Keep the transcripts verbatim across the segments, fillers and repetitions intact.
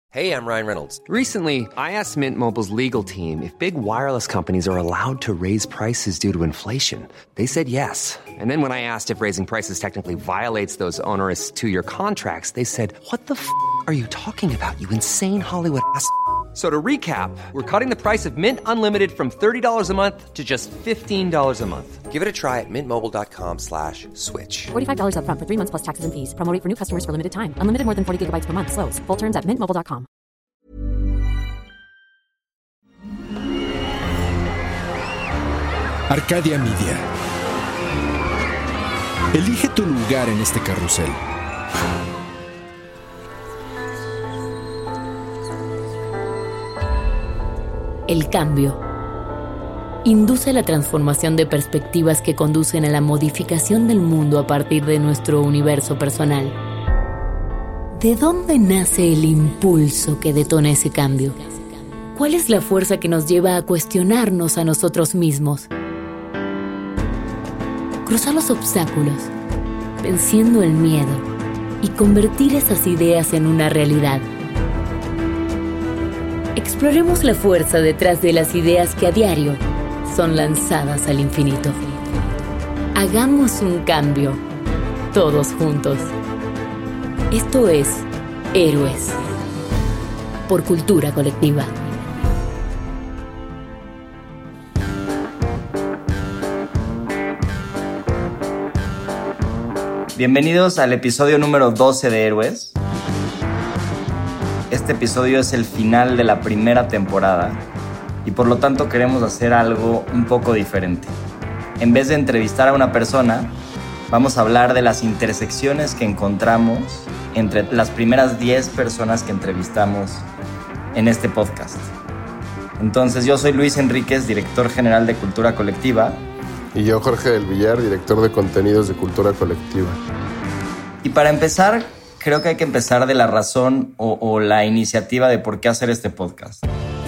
Hey, I'm Ryan Reynolds. Recently, I asked Mint Mobile's legal team if big wireless companies are allowed to raise prices due to inflation. They said yes. And then when I asked if raising prices technically violates those onerous two-year contracts, they said, what the f*** are you talking about, you insane Hollywood ass f- So to recap, we're cutting the price of Mint Unlimited from thirty dollars a month to just fifteen dollars a month. Give it a try at mintmobile.com slash switch. forty-five dollars up front for three months plus taxes and fees. Promo rate for new customers for limited time. Unlimited more than forty gigabytes per month. Slows full terms at mint mobile dot com. Arcadia Media. Elige tu lugar en este carrusel. El cambio induce la transformación de perspectivas que conducen a la modificación del mundo a partir de nuestro universo personal. ¿De dónde nace el impulso que detona ese cambio? ¿Cuál es la fuerza que nos lleva a cuestionarnos a nosotros mismos? Cruzar los obstáculos, venciendo el miedo y convertir esas ideas en una realidad. Exploremos la fuerza detrás de las ideas que a diario son lanzadas al infinito. Hagamos un cambio, todos juntos. Esto es Héroes, por Cultura Colectiva. Bienvenidos al episodio número doce de Héroes. Este episodio es el final de la primera temporada y por lo tanto queremos hacer algo un poco diferente. En vez de entrevistar a una persona, vamos a hablar de las intersecciones que encontramos entre las primeras diez personas que entrevistamos en este podcast. Entonces, yo soy Luis Enríquez, director general de Cultura Colectiva. Y yo, Jorge del Villar, director de contenidos de Cultura Colectiva. Y para empezar, creo que hay que empezar de la razón o, o la iniciativa de por qué hacer este podcast.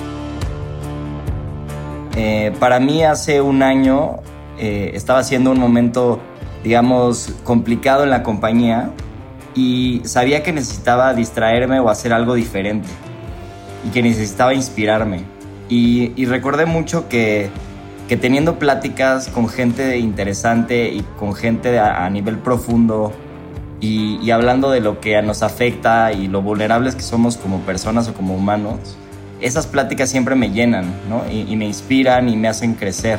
Eh, para mí, hace un año eh, estaba siendo un momento, digamos, complicado en la compañía y sabía que necesitaba distraerme o hacer algo diferente y que necesitaba inspirarme. Y, y recordé mucho que, que teniendo pláticas con gente interesante y con gente a, a nivel profundo y, y hablando de lo que nos afecta y lo vulnerables que somos como personas o como humanos, esas pláticas siempre me llenan, ¿no? y, y me inspiran y me hacen crecer.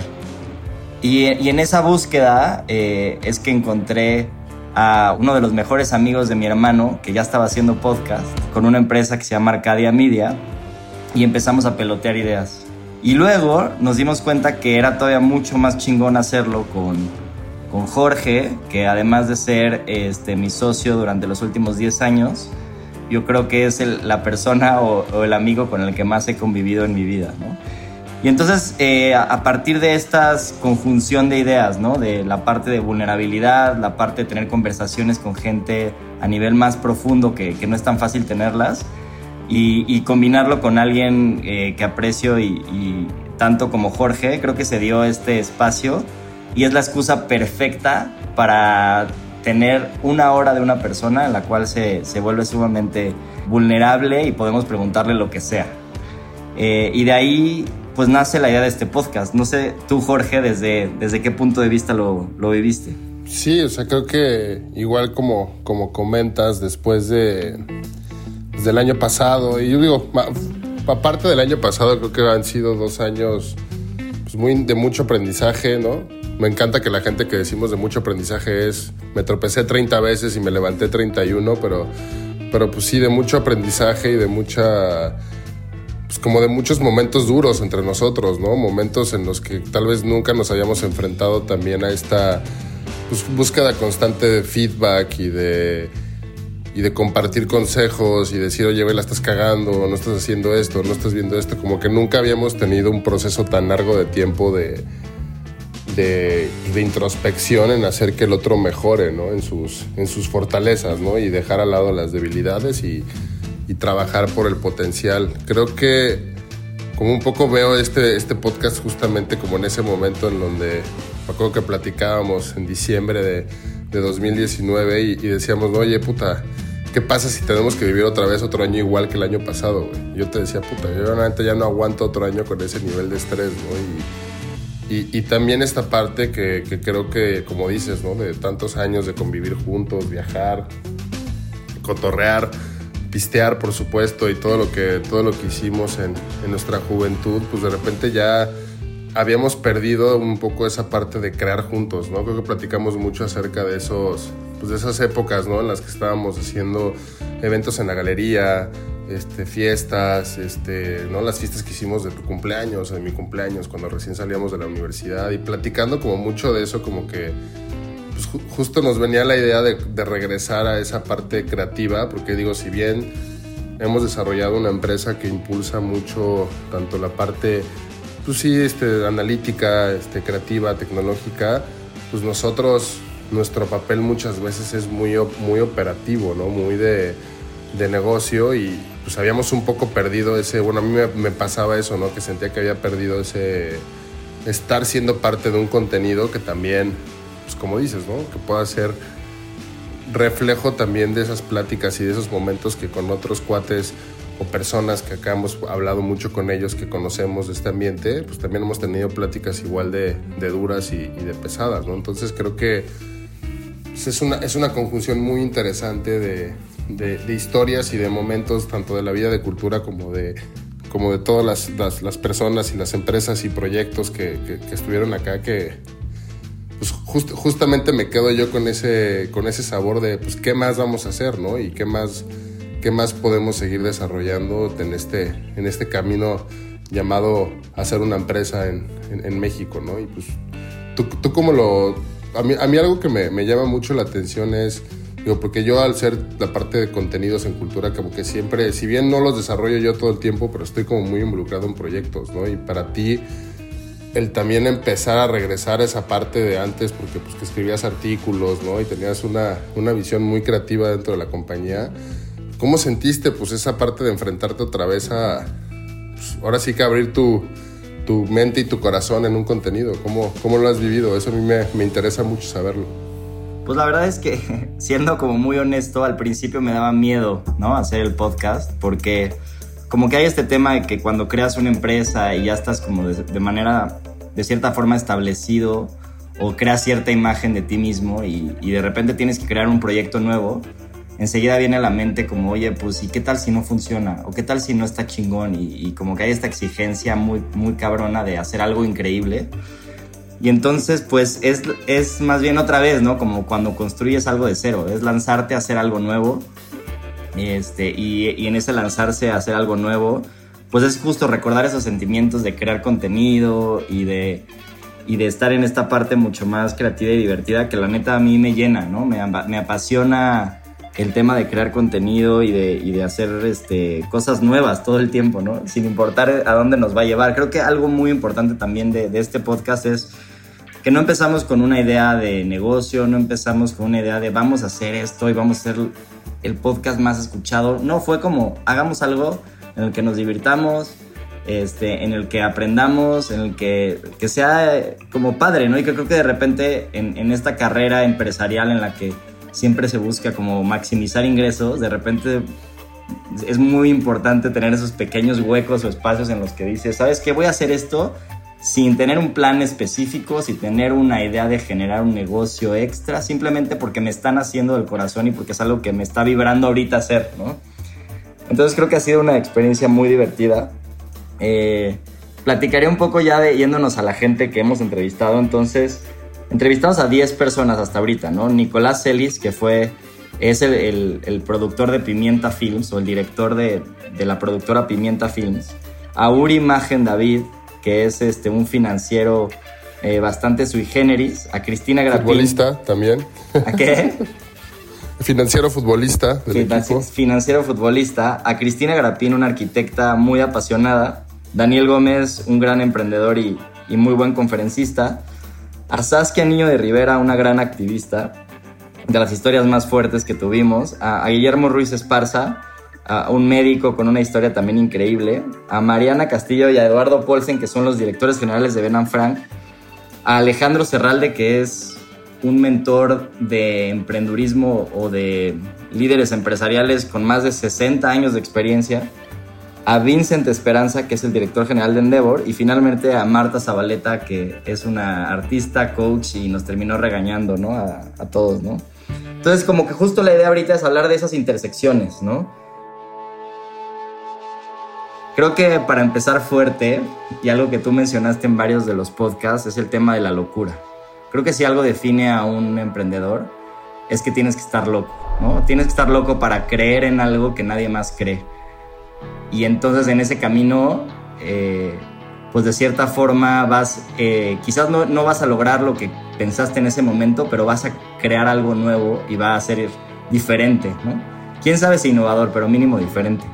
Y, y en esa búsqueda eh, es que encontré a uno de los mejores amigos de mi hermano, que ya estaba haciendo podcast con una empresa que se llama Arcadia Media, y empezamos a pelotear ideas. Y luego nos dimos cuenta que era todavía mucho más chingón hacerlo con, con Jorge, que además de ser este, mi socio durante los últimos diez años, yo creo que es el, la persona o, o el amigo con el que más he convivido en mi vida, ¿no? Y entonces, eh, a partir de esta conjunción de ideas, ¿no? De la parte de vulnerabilidad, la parte de tener conversaciones con gente a nivel más profundo, que, que no es tan fácil tenerlas, y, y combinarlo con alguien eh, que aprecio y, y tanto como Jorge, creo que se dio este espacio y es la excusa perfecta para tener una hora de una persona en la cual se, se vuelve sumamente vulnerable y podemos preguntarle lo que sea. Eh, y de ahí pues nace la idea de este podcast. No sé, tú, Jorge, desde, desde qué punto de vista lo, lo viviste. Sí, o sea, creo que igual como, como comentas, después de desde el año pasado, y yo digo, aparte del año pasado, creo que han sido dos años pues, muy, de mucho aprendizaje, ¿no? Me encanta que la gente que decimos de mucho aprendizaje es, me tropecé treinta veces y me levanté treinta y uno, pero, pero pues sí, de mucho aprendizaje y de mucha... Pues como de muchos momentos duros entre nosotros, ¿no? Momentos en los que tal vez nunca nos hayamos enfrentado también a esta pues, búsqueda constante de feedback y de, y de compartir consejos y decir, oye, ve, la estás cagando, no estás haciendo esto, no estás viendo esto. Como que nunca habíamos tenido un proceso tan largo de tiempo de, de, de introspección en hacer que el otro mejore, ¿no? En sus, en sus fortalezas, ¿no? Y dejar al lado las debilidades y... y trabajar por el potencial. Creo que como un poco veo este, este podcast justamente como en ese momento en donde me acuerdo que platicábamos en diciembre de, de dos mil diecinueve y, y decíamos, no, oye, puta, ¿qué pasa si tenemos que vivir otra vez otro año igual que el año pasado, güey? Yo te decía, puta, yo realmente ya no aguanto otro año con ese nivel de estrés, ¿no? Y, y, y también esta parte que, que creo que, como dices, ¿no? De tantos años de convivir juntos, viajar, cotorrear, pistear, por supuesto, y todo lo que, todo lo que hicimos en, en nuestra juventud, pues de repente ya habíamos perdido un poco esa parte de crear juntos, ¿no? Creo que platicamos mucho acerca de esos, pues de esas épocas, ¿no? En las que estábamos haciendo eventos en la galería, este, fiestas, este, ¿no? Las fiestas que hicimos de tu cumpleaños, de mi cumpleaños, cuando recién salíamos de la universidad, y platicando como mucho de eso, como que pues, ju- justo nos venía la idea de, de regresar a esa parte creativa, porque digo, si bien hemos desarrollado una empresa que impulsa mucho tanto la parte, pues sí, este, analítica, este, creativa, tecnológica, pues nosotros, nuestro papel muchas veces es muy, muy operativo, ¿no? Muy de, de negocio, y pues habíamos un poco perdido ese, bueno, a mí me, me pasaba eso, ¿no? Que sentía que había perdido ese, estar siendo parte de un contenido que también, pues como dices, ¿no? Que pueda ser reflejo también de esas pláticas y de esos momentos que con otros cuates o personas que acá hemos hablado mucho con ellos, que conocemos de este ambiente, pues también hemos tenido pláticas igual de, de duras y, y de pesadas, ¿no? Entonces creo que pues es, una, es una conjunción muy interesante de, de, de historias y de momentos, tanto de la vida de cultura como de, como de todas las, las, las personas y las empresas y proyectos que, que, que estuvieron acá, que pues just, justamente me quedo yo con ese, con ese sabor de pues qué más vamos a hacer, ¿no? Y qué más... ¿Qué más podemos seguir desarrollando en este, en este camino llamado hacer una empresa en, en, en México, ¿no? Y pues, ¿tú, tú cómo lo...? A mí, a mí algo que me, me llama mucho la atención es, digo, porque yo al ser la parte de contenidos en cultura, como que siempre, si bien no los desarrollo yo todo el tiempo, pero estoy como muy involucrado en proyectos, ¿no? Y para ti, el también empezar a regresar a esa parte de antes, porque pues que escribías artículos, ¿no? Y tenías una, una visión muy creativa dentro de la compañía. ¿Cómo sentiste pues esa parte de enfrentarte otra vez a, pues, ahora sí que abrir tu, tu mente y tu corazón en un contenido? ¿Cómo, cómo lo has vivido? Eso a mí me, me interesa mucho saberlo. Pues la verdad es que, siendo como muy honesto, al principio me daba miedo, ¿no? Hacer el podcast, porque como que hay este tema de que cuando creas una empresa y ya estás como de, de manera, de cierta forma establecido, o creas cierta imagen de ti mismo y, y de repente tienes que crear un proyecto nuevo, enseguida viene a la mente como, oye, pues, ¿y qué tal si no funciona? ¿O qué tal si no está chingón? Y, y como que hay esta exigencia muy, muy cabrona de hacer algo increíble. Y entonces, pues, es, es más bien otra vez, ¿no? Como cuando construyes algo de cero. Es lanzarte a hacer algo nuevo. Este, y, y en ese lanzarse a hacer algo nuevo, pues es justo recordar esos sentimientos de crear contenido y de, y de estar en esta parte mucho más creativa y divertida que la neta a mí me llena, ¿no? Me, me apasiona el tema de crear contenido y de, y de hacer este, cosas nuevas todo el tiempo, ¿no? Sin importar a dónde nos va a llevar. Creo que algo muy importante también de, de este podcast es que no empezamos con una idea de negocio, no empezamos con una idea de vamos a hacer esto y vamos a hacer el podcast más escuchado. No, fue como hagamos algo en el que nos divirtamos, este, en el que aprendamos, en el que, que sea como padre, ¿no? Y que creo que de repente en, en esta carrera empresarial en la que siempre se busca como maximizar ingresos, de repente es muy importante tener esos pequeños huecos o espacios en los que dices, ¿sabes qué? Voy a hacer esto sin tener un plan específico, sin tener una idea de generar un negocio extra, simplemente porque me están haciendo del corazón y porque es algo que me está vibrando ahorita hacer, ¿no? Entonces creo que ha sido una experiencia muy divertida. Eh, platicaré un poco ya de yéndonos a la gente que hemos entrevistado. Entonces, entrevistamos a diez personas hasta ahorita, ¿no? Nicolás Celis, que fue, es el, el, el productor de Pimienta Films, o el director de, de la productora Pimienta Films. A Uri Magen David, que es este, un financiero eh, bastante sui generis. A Cristina Grapín. Futbolista también. ¿A qué? Financiero futbolista del Finan- equipo. Financiero futbolista. A Cristina Grapín, una arquitecta muy apasionada. Daniel Gómez, un gran emprendedor y, y muy buen conferencista. A Saskia Niño de Rivera, una gran activista, de las historias más fuertes que tuvimos. A, a Guillermo Ruiz Esparza, a un médico con una historia también increíble. A Mariana Castillo y a Eduardo Polsen, que son los directores generales de Ben and Frank. A Alejandro Serralde, que es un mentor de emprendurismo o de líderes empresariales con más de sesenta años de experiencia, a Vincent Esperanza, que es el director general de Endeavor, y finalmente a Marta Zabaleta, que es una artista, coach, y nos terminó regañando, ¿no? A, a todos, ¿no? Entonces, como que justo la idea ahorita es hablar de esas intersecciones, ¿no? Creo que para empezar fuerte, y algo que tú mencionaste en varios de los podcasts, es el tema de la locura. Creo que si algo define a un emprendedor, es que tienes que estar loco, ¿no? Tienes que estar loco para creer en algo que nadie más cree. Y entonces en ese camino, eh, pues de cierta forma vas, eh, quizás no, no vas a lograr lo que pensaste en ese momento, pero vas a crear algo nuevo y va a ser diferente, ¿no? Quién sabe si innovador, pero mínimo diferente.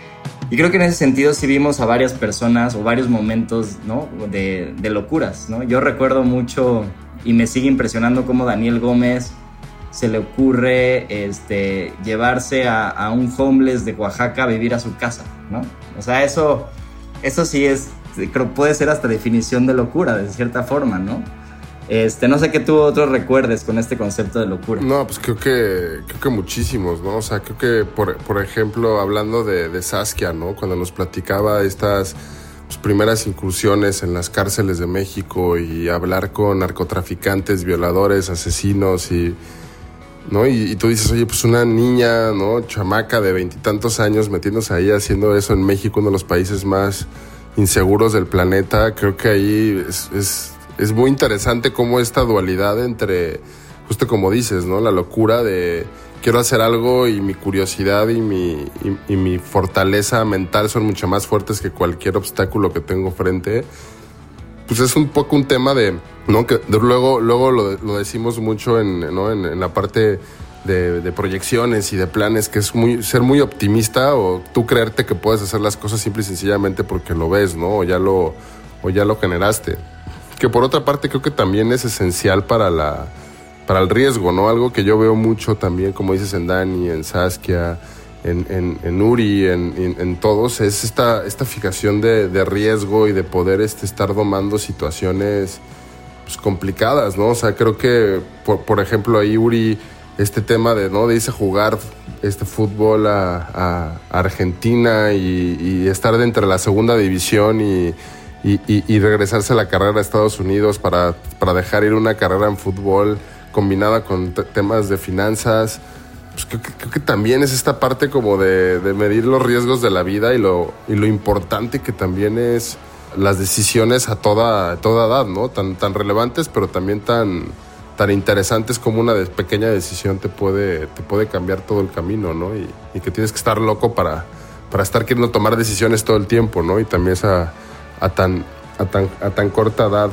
Y creo que en ese sentido sí vimos a varias personas o varios momentos, ¿no? de, de locuras, ¿no? Yo recuerdo mucho y me sigue impresionando cómo Daniel Gómez se le ocurre este, llevarse a, a un homeless de Oaxaca a vivir a su casa, ¿no? O sea, eso, eso sí es, creo puede ser hasta definición de locura, de cierta forma, ¿no? Este, no sé qué tú otros recuerdes con este concepto de locura. No, pues creo que, creo que muchísimos, ¿no? O sea, creo que, por, por ejemplo, hablando de, de Saskia, ¿no? Cuando nos platicaba estas pues, primeras incursiones en las cárceles de México y hablar con narcotraficantes, violadores, asesinos y... ¿no? Y, y tú dices, oye, pues una niña, ¿no? Chamaca de veintitantos años metiéndose ahí haciendo eso en México, uno de los países más inseguros del planeta. Creo que ahí es, es, es muy interesante cómo esta dualidad entre, justo como dices, ¿no? La locura de quiero hacer algo y mi curiosidad y mi, y, y mi fortaleza mental son mucho más fuertes que cualquier obstáculo que tengo frente. Pues es un poco un tema de, ¿no? Que luego, luego lo, lo decimos mucho en, ¿no? en, en la parte de, de proyecciones y de planes, que es muy, ser muy optimista o tú creerte que puedes hacer las cosas simple y sencillamente porque lo ves, ¿no? O ya lo, o ya lo generaste. Que por otra parte creo que también es esencial para, la, para el riesgo, ¿no? Algo que yo veo mucho también, como dices en Dani, en Saskia, En, en, en Uri, en, en, en todos, es esta, esta fijación de, de riesgo y de poder este, estar domando situaciones pues, complicadas, ¿no? O sea, creo que, por, por ejemplo, ahí Uri, este tema de, ¿no? De irse a jugar este fútbol a, a Argentina y, y estar dentro de la segunda división y, y, y, y regresarse a la carrera a Estados Unidos para, para dejar ir una carrera en fútbol combinada con t- temas de finanzas. Pues creo, que, creo que también es esta parte como de, de medir los riesgos de la vida y lo, y lo importante que también es las decisiones a toda, a toda edad, ¿no? Tan, tan relevantes, pero también tan, tan interesantes como una de, pequeña decisión te puede, te puede cambiar todo el camino, ¿no? Y, y que tienes que estar loco para, para estar queriendo tomar decisiones todo el tiempo, ¿no? Y también es a, a, tan, a, tan, a tan corta edad.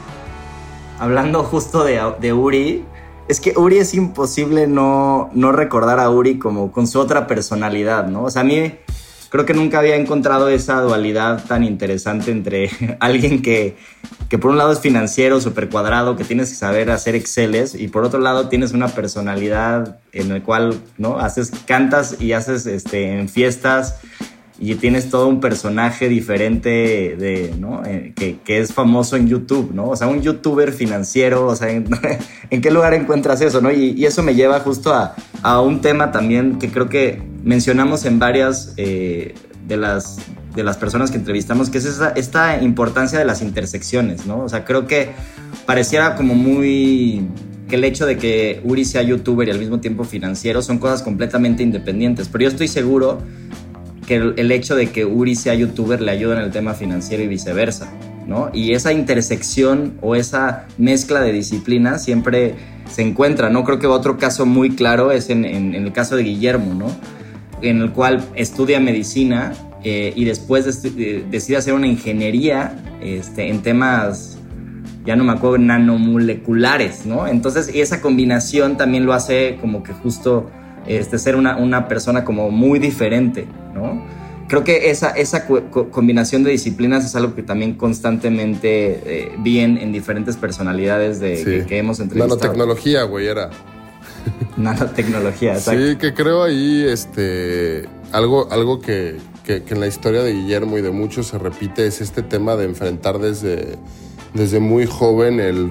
Hablando justo de, de Uri... Es que Uri es imposible no, no recordar a Uri como con su otra personalidad, ¿no? O sea, a mí creo que nunca había encontrado esa dualidad tan interesante entre alguien que, que por un lado es financiero, súper cuadrado, que tienes que saber hacer exceles, y por otro lado tienes una personalidad en la cual, ¿no? Haces, cantas y haces este, en fiestas y tienes todo un personaje diferente de, ¿no? Eh, que, que es famoso en YouTube, ¿no? O sea, un youtuber financiero, o sea, ¿en, ¿en qué lugar encuentras eso, no? Y, y eso me lleva justo a, a un tema también que creo que mencionamos en varias eh, de, las, de las personas que entrevistamos, que es esa, esta importancia de las intersecciones, ¿no? O sea, creo que pareciera como muy... que el hecho de que Uri sea youtuber y al mismo tiempo financiero son cosas completamente independientes, pero yo estoy seguro que el, el hecho de que Uri sea youtuber le ayuda en el tema financiero y viceversa, ¿no? Y esa intersección o esa mezcla de disciplinas siempre se encuentra, ¿no? Creo que otro caso muy claro es en, en, en el caso de Guillermo, ¿no? En el cual estudia medicina eh, y después de, de, decide hacer una ingeniería este, en temas, ya no me acuerdo, nanomoleculares, ¿no? Entonces, y esa combinación también lo hace como que justo... Este, ser una, una persona como muy diferente, ¿no? Creo que esa, esa co- combinación de disciplinas es algo que también constantemente eh, vi en, en diferentes personalidades de, sí. que, que hemos entrevistado. Nanotecnología, güey, era. Nanotecnología, exacto. Sí, que creo ahí este, algo, algo que, que, que en la historia de Guillermo y de muchos se repite es este tema de enfrentar desde, desde muy joven el...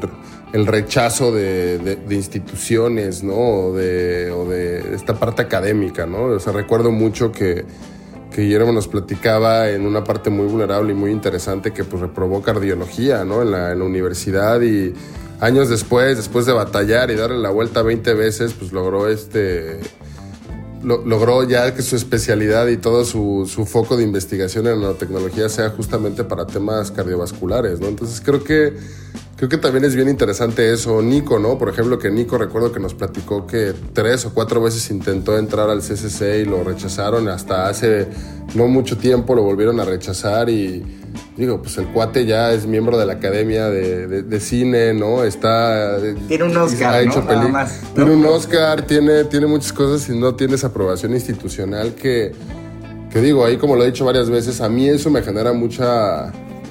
el rechazo de, de, de instituciones, ¿no? O de, o de esta parte académica, ¿no? O sea, recuerdo mucho que, que Guillermo nos platicaba en una parte muy vulnerable y muy interesante que pues reprobó cardiología, ¿no? En la, en la universidad, y años después, después de batallar y darle la vuelta veinte veces, pues logró este... Lo, logró ya que su especialidad y todo su, su foco de investigación en nanotecnología sea justamente para temas cardiovasculares, ¿no? Entonces creo que creo que también es bien interesante eso. Nico, ¿no? Por ejemplo, que Nico recuerdo que nos platicó que tres o cuatro veces intentó entrar al C C C y lo rechazaron. Hasta hace no mucho tiempo lo volvieron a rechazar y digo, pues el cuate ya es miembro de la Academia de, de, de Cine, ¿no? Está... Tiene un Oscar, ha hecho ¿no? peli- Nada más, ¿no? Tiene un Oscar, tiene, tiene muchas cosas y no tiene esa aprobación institucional que, que digo, ahí como lo he dicho varias veces, a mí eso me genera mucha...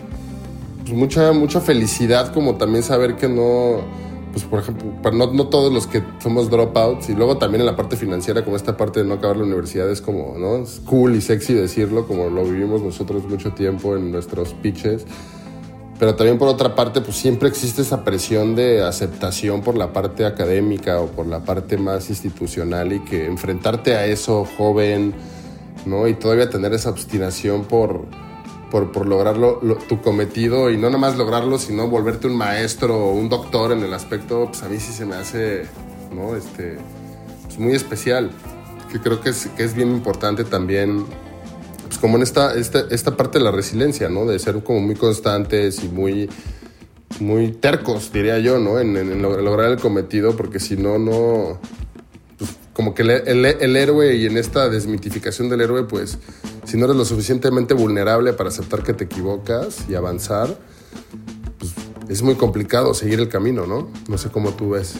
Pues mucha, mucha felicidad, como también saber que no... Pues por ejemplo, no, no todos los que somos dropouts, y luego también en la parte financiera, como esta parte de no acabar la universidad es como, ¿no? Es cool y sexy decirlo, como lo vivimos nosotros mucho tiempo en nuestros pitches. Pero también por otra parte, pues siempre existe esa presión de aceptación por la parte académica o por la parte más institucional, y que enfrentarte a eso joven, ¿no? Y todavía tener esa obstinación por... Por, por lograr lo, lo, tu cometido, y no nada más lograrlo, sino volverte un maestro o un doctor en el aspecto, pues a mí sí se me hace, ¿no? Este, pues muy especial, que creo que es, que es bien importante también, pues como en esta, esta, esta parte de la resiliencia, ¿no? De ser como muy constantes y muy, muy tercos, diría yo, ¿no? En, en, en lograr el cometido, porque si no, no... Pues como que el, el, el héroe, y en esta desmitificación del héroe, pues si no eres lo suficientemente vulnerable para aceptar que te equivocas y avanzar, pues es muy complicado seguir el camino, ¿no? No sé cómo tú ves.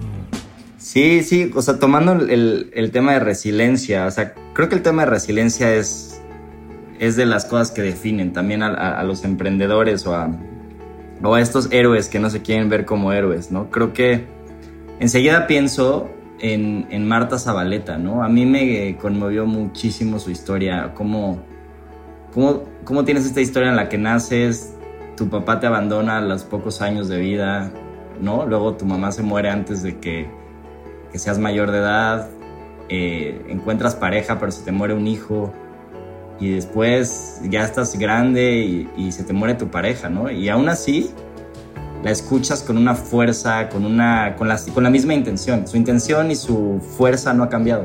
Sí, sí, o sea, tomando el, el tema de resiliencia, o sea, creo que el tema de resiliencia es, es de las cosas que definen también a, a, a los emprendedores o a, o a estos héroes que no se quieren ver como héroes, ¿no? Creo que enseguida pienso... En, en Marta Zabaleta, ¿no? A mí me conmovió muchísimo su historia, cómo, cómo, cómo tienes esta historia en la que naces, tu papá te abandona a los pocos años de vida, ¿no? Luego tu mamá se muere antes de que, que seas mayor de edad, eh, encuentras pareja pero se te muere un hijo, y después ya estás grande y, y se te muere tu pareja, ¿no? Y aún así... la escuchas con una fuerza, con, una, con, la, con la misma intención. Su intención y su fuerza no ha cambiado.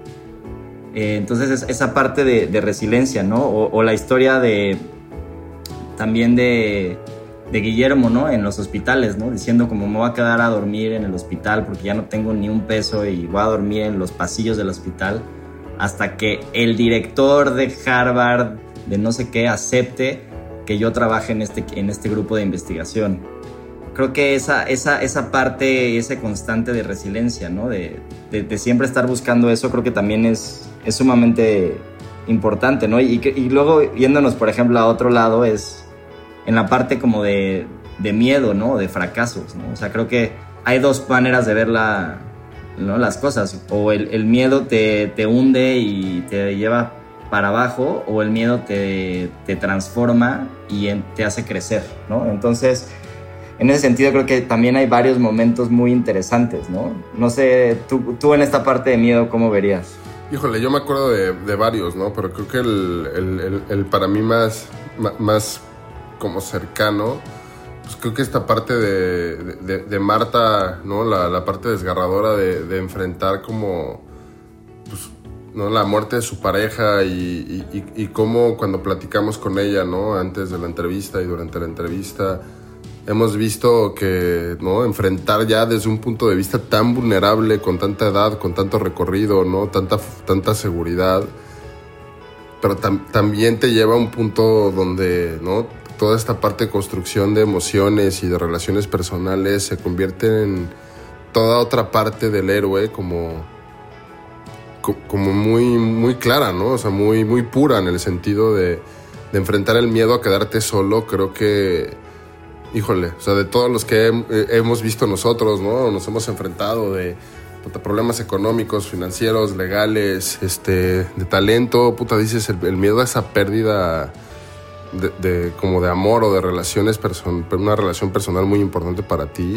Eh, entonces, es, esa parte de, de resiliencia, ¿no? O, o la historia de también de, de Guillermo, ¿no? En los hospitales, ¿no? Diciendo como me voy a quedar a dormir en el hospital porque ya no tengo ni un peso y voy a dormir en los pasillos del hospital hasta que el director de Harvard, de no sé qué, acepte que yo trabaje en este, en este grupo de investigación. Creo que esa, esa, esa parte, ese constante de resiliencia, ¿no? De, de, de siempre estar buscando eso, creo que también es, es sumamente importante, ¿no? Y, y luego, yéndonos, por ejemplo, a otro lado, es en la parte como de, de miedo, ¿no? De fracasos, ¿no? O sea, creo que hay dos maneras de ver la, ¿no? las cosas. O el, el miedo te, te hunde y te lleva para abajo, o el miedo te, te transforma y en, te hace crecer, ¿no? Entonces... en ese sentido creo que también hay varios momentos muy interesantes, ¿no? No sé, tú, tú en esta parte de miedo, ¿cómo verías? Híjole, yo me acuerdo de, de varios, ¿no? Pero creo que el, el, el, el para mí más, más como cercano, pues creo que esta parte de, de, de Marta, ¿no? La, la parte desgarradora de, de enfrentar como, pues, ¿no? La muerte de su pareja y, y, y, y cómo cuando platicamos con ella, ¿no? Antes de la entrevista y durante la entrevista... hemos visto que, ¿no? Enfrentar ya desde un punto de vista tan vulnerable, con tanta edad, con tanto recorrido, ¿no? Tanta, tanta seguridad, pero tam- también te lleva a un punto donde, ¿no? Toda esta parte de construcción de emociones y de relaciones personales se convierte en toda otra parte del héroe como, co- como muy, muy clara, ¿no? O sea, muy, muy pura en el sentido de, de enfrentar el miedo a quedarte solo. Creo que híjole, o sea, de todos los que he, hemos visto nosotros, ¿no? Nos hemos enfrentado de puta, problemas económicos, financieros, legales, este, de talento, puta, dices, el, el miedo a esa pérdida de, de, como de amor o de relaciones, person- una relación personal muy importante para ti,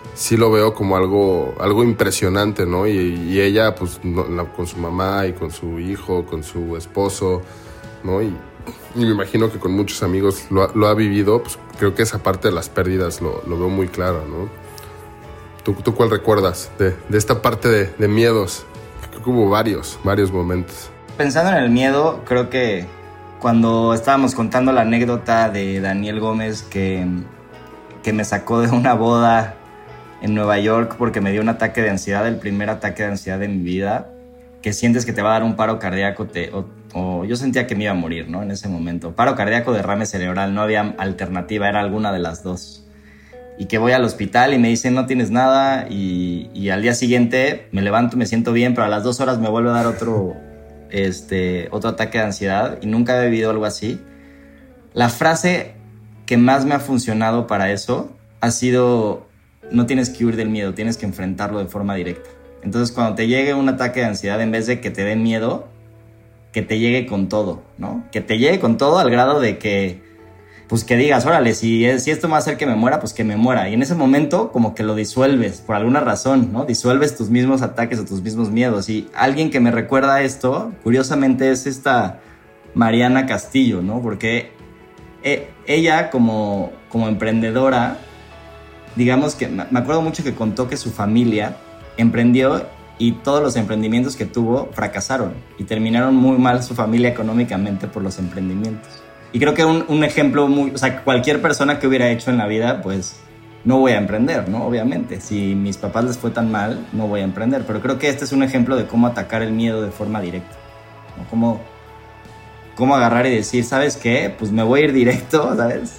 sí lo veo como algo, algo impresionante, ¿no? Y, y ella, pues, no, la, con su mamá y con su hijo, con su esposo, ¿no? Y, y me imagino que con muchos amigos lo, lo ha vivido, pues creo que esa parte de las pérdidas lo, lo veo muy claro, ¿no? ¿Tú, tú cuál recuerdas de, de esta parte de, de miedos? Creo que hubo varios, varios momentos. Pensando en el miedo, creo que cuando estábamos contando la anécdota de Daniel Gómez que, que me sacó de una boda en Nueva York porque me dio un ataque de ansiedad, el primer ataque de ansiedad de mi vida, que sientes que te va a dar un paro cardíaco, te, o, o yo sentía que me iba a morir, ¿no? En ese momento. Paro cardíaco, derrame cerebral, no había alternativa, era alguna de las dos. Y que voy al hospital y me dicen no tienes nada y, y al día siguiente me levanto, me siento bien, pero a las dos horas me vuelve a dar otro, este, otro ataque de ansiedad y nunca he vivido algo así. La frase que más me ha funcionado para eso ha sido: no tienes que huir del miedo, tienes que enfrentarlo de forma directa. Entonces, cuando te llegue un ataque de ansiedad, en vez de que te dé miedo, que te llegue con todo, ¿no? Que te llegue con todo al grado de que, pues que digas, órale, si, es, si esto me va a hacer que me muera, pues que me muera. Y en ese momento, como que lo disuelves, por alguna razón, ¿no? Disuelves tus mismos ataques o tus mismos miedos. Y alguien que me recuerda esto, curiosamente, es esta Mariana Castillo, ¿no? Porque eh, ella, como, como emprendedora, digamos que me acuerdo mucho que contó que su familia emprendió y todos los emprendimientos que tuvo fracasaron y terminaron muy mal su familia económicamente por los emprendimientos. Y creo que un, un ejemplo muy... O sea, cualquier persona que hubiera hecho en la vida, pues no voy a emprender, ¿no? Obviamente, si mis papás les fue tan mal, no voy a emprender. Pero creo que este es un ejemplo de cómo atacar el miedo de forma directa, ¿no? Cómo, cómo agarrar y decir, ¿sabes qué? Pues me voy a ir directo, ¿sabes?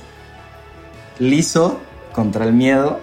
Liso contra el miedo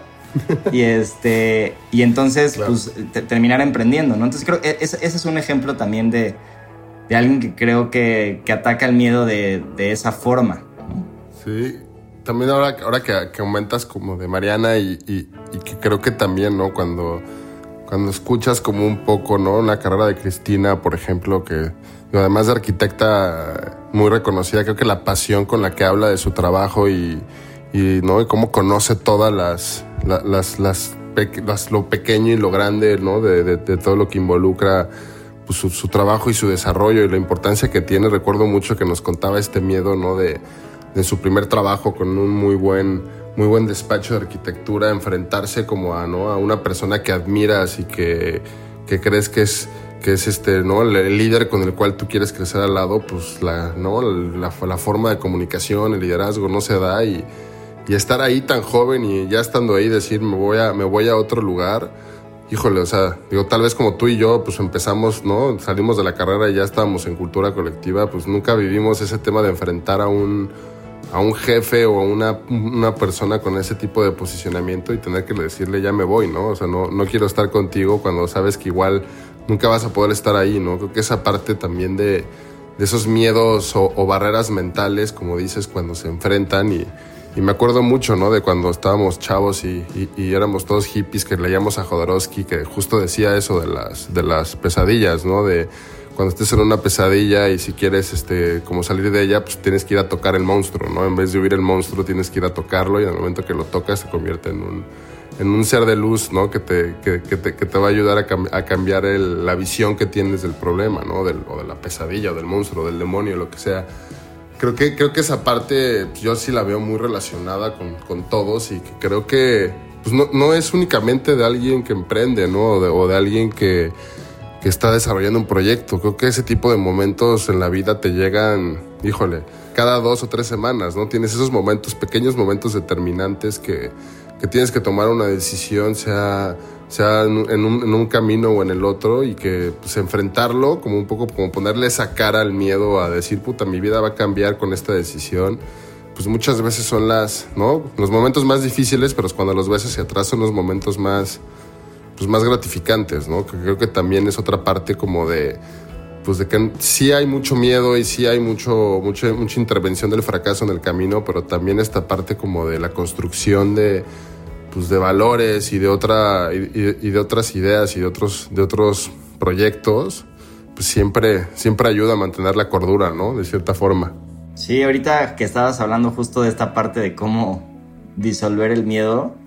y este y entonces claro. pues te, terminar emprendiendo, ¿no? Entonces creo que ese, ese es un ejemplo también de, de alguien que creo que, que ataca el miedo de, de esa forma, ¿no? Sí, también ahora, ahora que, que aumentas como de Mariana y, y, y que creo que también, ¿no? Cuando, cuando escuchas como un poco, ¿no? Una carrera de Cristina, por ejemplo, que además de arquitecta muy reconocida, creo que la pasión con la que habla de su trabajo y y no y cómo conoce todas las las las, las, pe- las lo pequeño y lo grande, no de, de, de todo lo que involucra pues, su, su trabajo y su desarrollo y la importancia que tiene. Recuerdo mucho que nos contaba este miedo, no de, de su primer trabajo con un muy buen muy buen despacho de arquitectura, enfrentarse como a no a una persona que admiras y que que crees que es que es este no el líder con el cual tú quieres crecer al lado, pues la no la, la forma de comunicación, el liderazgo no se da y Y estar ahí tan joven y ya estando ahí decir me voy a, me voy a otro lugar, híjole, o sea, digo, tal vez como tú y yo, pues empezamos, ¿no? Salimos de la carrera y ya estábamos en cultura colectiva, pues nunca vivimos ese tema de enfrentar a un, a un jefe o a una, una persona con ese tipo de posicionamiento y tener que decirle ya me voy, ¿no? O sea, no, no quiero estar contigo cuando sabes que igual nunca vas a poder estar ahí, ¿no? Creo que esa parte también de, de esos miedos o, o barreras mentales, como dices, cuando se enfrentan y Y me acuerdo mucho, ¿no? De cuando estábamos chavos y, y, y éramos todos hippies, que leíamos a Jodorowsky, que justo decía eso de las, de las pesadillas, ¿no? De cuando estés en una pesadilla y si quieres este, como salir de ella, pues tienes que ir a tocar el monstruo, ¿no? En vez de huir el monstruo, tienes que ir a tocarlo y en el momento que lo tocas se convierte en un, en un ser de luz, ¿no? Que te, que, que te, que te va a ayudar a, cam- a cambiar el, la visión que tienes del problema, ¿no? Del, o de la pesadilla, o del monstruo, del demonio, lo que sea. Creo que, creo que esa parte yo sí la veo muy relacionada con, con todos y que creo que pues no, no es únicamente de alguien que emprende, ¿no? O de, o de alguien que, que está desarrollando un proyecto. Creo que ese tipo de momentos en la vida te llegan, híjole, cada dos o tres semanas, ¿no? Tienes esos momentos, pequeños momentos determinantes que, que tienes que tomar una decisión, sea... sea en un, en un camino o en el otro y que pues enfrentarlo como un poco como ponerle esa cara al miedo a decir puta mi vida va a cambiar con esta decisión, pues muchas veces son las no los momentos más difíciles, pero cuando los ves hacia atrás son los momentos más pues más gratificantes, ¿no? Que creo que también es otra parte como de pues de que sí hay mucho miedo y sí hay mucho mucho mucha intervención del fracaso en el camino, pero también esta parte como de la construcción de pues de valores y de otra y, y de otras ideas y de otros de otros proyectos, pues siempre siempre ayuda a mantener la cordura, ¿no? De cierta forma. Sí, ahorita que estabas hablando justo de esta parte de cómo disolver el miedo,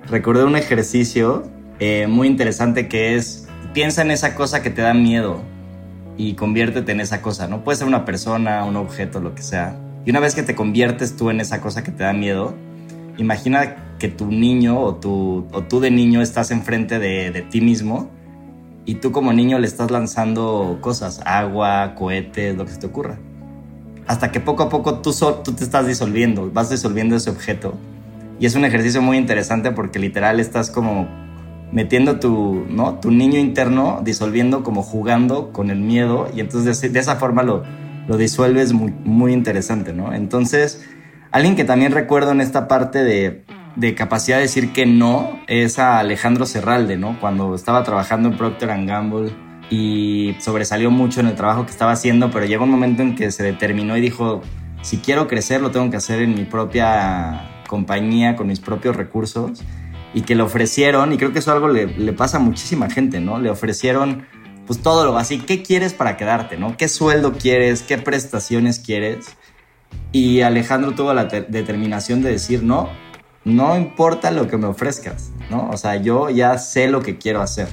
recordé un ejercicio eh, muy interesante que es, piensa en esa cosa que te da miedo y conviértete en esa cosa, ¿no? Puede ser una persona, un objeto, lo que sea. Y una vez que te conviertes tú en esa cosa que te da miedo, imagina que tu niño o, tu, o tú de niño estás enfrente de, de ti mismo y tú como niño le estás lanzando cosas, agua, cohetes, lo que se te ocurra. Hasta que poco a poco tú, so, tú te estás disolviendo, vas disolviendo ese objeto. Y es un ejercicio muy interesante porque literal estás como metiendo tu, ¿no? tu niño interno, disolviendo, como jugando con el miedo, y entonces de, de esa forma lo, lo disuelves muy, muy interesante, ¿no? Entonces, alguien que también recuerdo en esta parte de, de capacidad de decir que no es a Alejandro Serralde, ¿no? Cuando estaba trabajando en Procter and Gamble y sobresalió mucho en el trabajo que estaba haciendo, pero llegó un momento en que se determinó y dijo, si quiero crecer lo tengo que hacer en mi propia compañía, con mis propios recursos, y que le ofrecieron, y creo que eso algo le, le pasa a muchísima gente, ¿no? Le ofrecieron pues todo lo así, ¿qué quieres para quedarte, no? ¿Qué sueldo quieres? ¿Qué prestaciones quieres? Y Alejandro tuvo la te- determinación de decir, no, no importa lo que me ofrezcas, ¿no? O sea, yo ya sé lo que quiero hacer.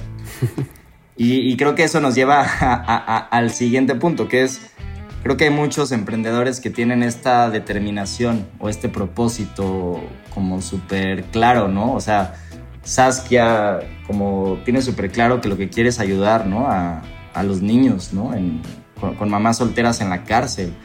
y, y creo que eso nos lleva a, a, a, al siguiente punto, que es, creo que hay muchos emprendedores que tienen esta determinación o este propósito como súper claro, ¿no? O sea, Saskia como tiene súper claro que lo que quiere es ayudar, ¿no? A, a los niños, ¿no? En, con, con mamás solteras en la cárcel.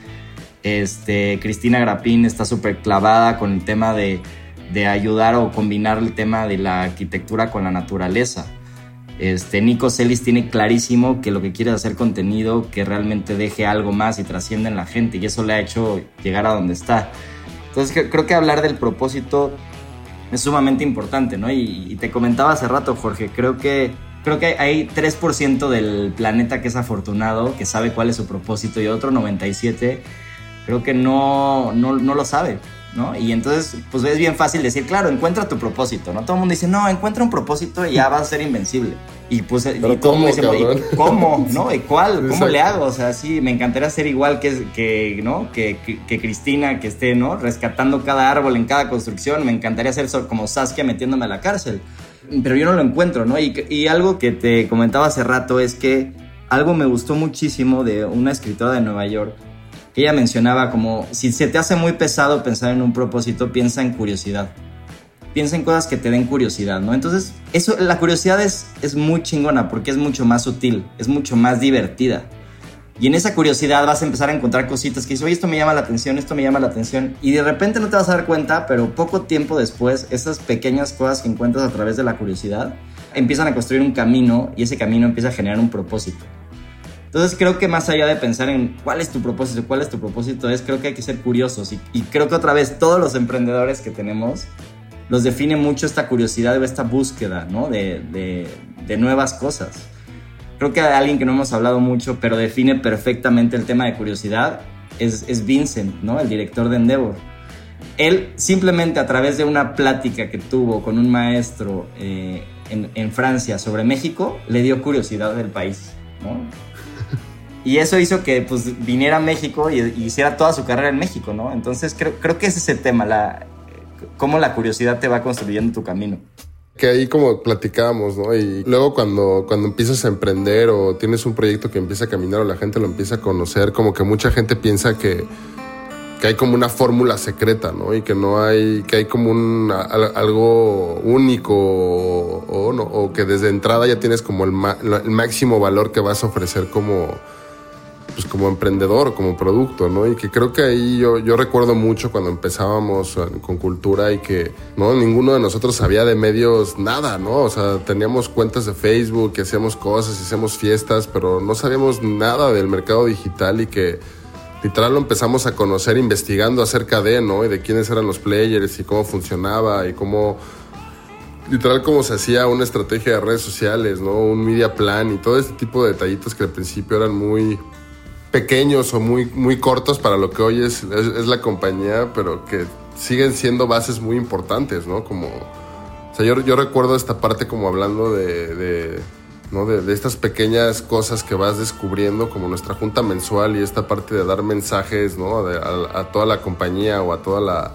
Este, Cristina Grapín está súper clavada con el tema de, de ayudar o combinar el tema de la arquitectura con la naturaleza. Este, Nico Celis tiene clarísimo que lo que quiere es hacer contenido que realmente deje algo más y trascienda en la gente, y eso le ha hecho llegar a donde está. Entonces que, creo que hablar del propósito es sumamente importante, ¿no? Y, y te comentaba hace rato, Jorge, creo que, creo que hay tres por ciento del planeta que es afortunado, que sabe cuál es su propósito, y otro noventa y siete por ciento creo que no, no, no lo sabe, ¿no? Y entonces, pues es bien fácil decir, claro, encuentra tu propósito, ¿no? Todo el mundo dice, no, encuentra un propósito y ya vas a ser invencible. Y pues, pero y todo el mundo dice, cabrón? ¿y cómo? ¿No? ¿Y cuál? ¿Cómo Exacto. le hago? O sea, sí, me encantaría ser igual que, que, ¿no? que, que, que Cristina, que esté, ¿no? Rescatando cada árbol en cada construcción. Me encantaría ser como Saskia metiéndome a la cárcel. Pero yo no lo encuentro, ¿no? Y, y algo que te comentaba hace rato es que algo me gustó muchísimo de una escritora de Nueva York. Ella mencionaba como, si se te hace muy pesado pensar en un propósito, piensa en curiosidad. Piensa en cosas que te den curiosidad, ¿no? Entonces, eso, la curiosidad es, es muy chingona porque es mucho más sutil, es mucho más divertida. Y en esa curiosidad vas a empezar a encontrar cositas que dices, oye, esto me llama la atención, esto me llama la atención. Y de repente no te vas a dar cuenta, pero poco tiempo después, esas pequeñas cosas que encuentras a través de la curiosidad empiezan a construir un camino, y ese camino empieza a generar un propósito. Entonces creo que más allá de pensar en cuál es tu propósito, cuál es tu propósito es, creo que hay que ser curiosos. Y, y creo que otra vez todos los emprendedores que tenemos los define mucho esta curiosidad o esta búsqueda, ¿no? de, de, de nuevas cosas. Creo que alguien que no hemos hablado mucho, pero define perfectamente el tema de curiosidad, es, es Vincent, ¿no? El director de Endeavor. Él simplemente a través de una plática que tuvo con un maestro eh, en, en Francia sobre México, le dio curiosidad del país, ¿no? Y eso hizo que pues, viniera a México y, y hiciera toda su carrera en México, ¿no? Entonces creo, creo que ese es el tema, la, cómo la curiosidad te va construyendo tu camino. Que ahí como platicábamos, ¿no? Y luego cuando, cuando empiezas a emprender o tienes un proyecto que empieza a caminar o la gente lo empieza a conocer, como que mucha gente piensa que, que hay como una fórmula secreta, ¿no? Y que no hay, que hay como un, algo único o, o, no, o que desde entrada ya tienes como el, ma, el máximo valor que vas a ofrecer como... pues como emprendedor, como producto, ¿no? Y que creo que ahí yo, yo recuerdo mucho cuando empezábamos con Cultura y que, ¿no? Ninguno de nosotros sabía de medios nada, ¿no? O sea, teníamos cuentas de Facebook, que hacíamos cosas, hacíamos fiestas, pero no sabíamos nada del mercado digital y que literal lo empezamos a conocer investigando acerca de, ¿no? Y de quiénes eran los players y cómo funcionaba y cómo... literal cómo se hacía una estrategia de redes sociales, ¿no? Un media plan y todo este tipo de detallitos que al principio eran muy... pequeños o muy, muy cortos para lo que hoy es, es, es la compañía, pero que siguen siendo bases muy importantes, ¿no? Como, o sea, yo, yo recuerdo esta parte como hablando de, de, ¿no? de, de estas pequeñas cosas que vas descubriendo, como nuestra junta mensual y esta parte de dar mensajes, ¿no? De, a, a toda la compañía o a toda la,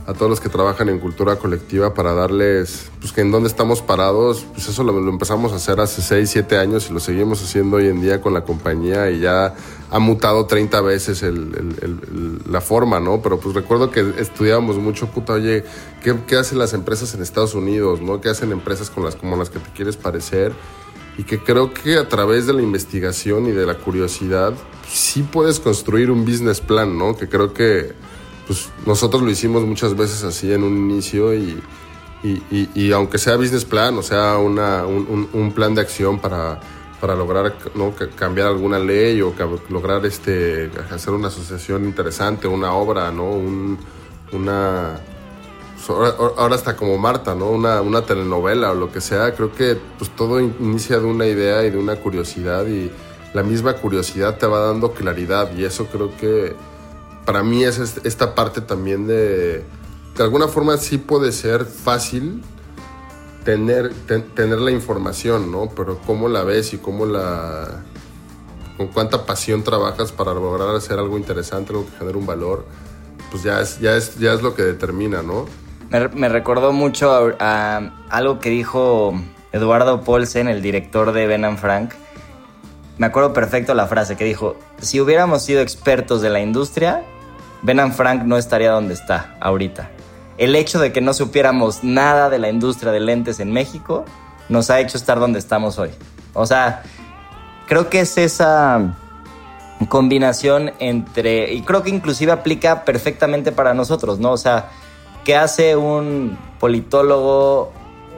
a todos los que trabajan en cultura colectiva para darles, pues que en dónde estamos parados, pues eso lo, lo empezamos a hacer hace seis, siete años y lo seguimos haciendo hoy en día con la compañía y ya ha mutado treinta veces el, el, el, el, la forma, ¿no? Pero pues recuerdo que estudiábamos mucho, puta, oye, ¿qué, qué hacen las empresas en Estados Unidos, ¿no? ¿Qué hacen empresas con las, como las que te quieres parecer? Y que creo que a través de la investigación y de la curiosidad sí puedes construir un business plan, ¿no? Que creo que pues nosotros lo hicimos muchas veces así en un inicio y, y, y, y aunque sea business plan, o sea, una, un, un plan de acción para, para lograr, ¿no?, cambiar alguna ley o lograr este, hacer una asociación interesante, una obra, ¿no? Un, una... Ahora, ahora hasta como Marta, ¿no? Una, una telenovela o lo que sea. Creo que pues todo inicia de una idea y de una curiosidad y la misma curiosidad te va dando claridad y eso creo que para mí es esta parte también de... De alguna forma sí puede ser fácil tener, ten, tener la información, ¿no? Pero cómo la ves y cómo la... con cuánta pasión trabajas para lograr hacer algo interesante, algo que genere un valor, pues ya es, ya es, ya es lo que determina, ¿no? Me, me recordó mucho a, a algo que dijo Eduardo Paulsen, el director de Ben and Frank. Me acuerdo perfecto la frase que dijo: si hubiéramos sido expertos de la industria, Ben and Frank no estaría donde está ahorita. El hecho de que no supiéramos nada de la industria de lentes en México nos ha hecho estar donde estamos hoy. O sea, creo que es esa combinación entre... Y creo que inclusive aplica perfectamente para nosotros, ¿no? O sea, ¿qué hace un politólogo,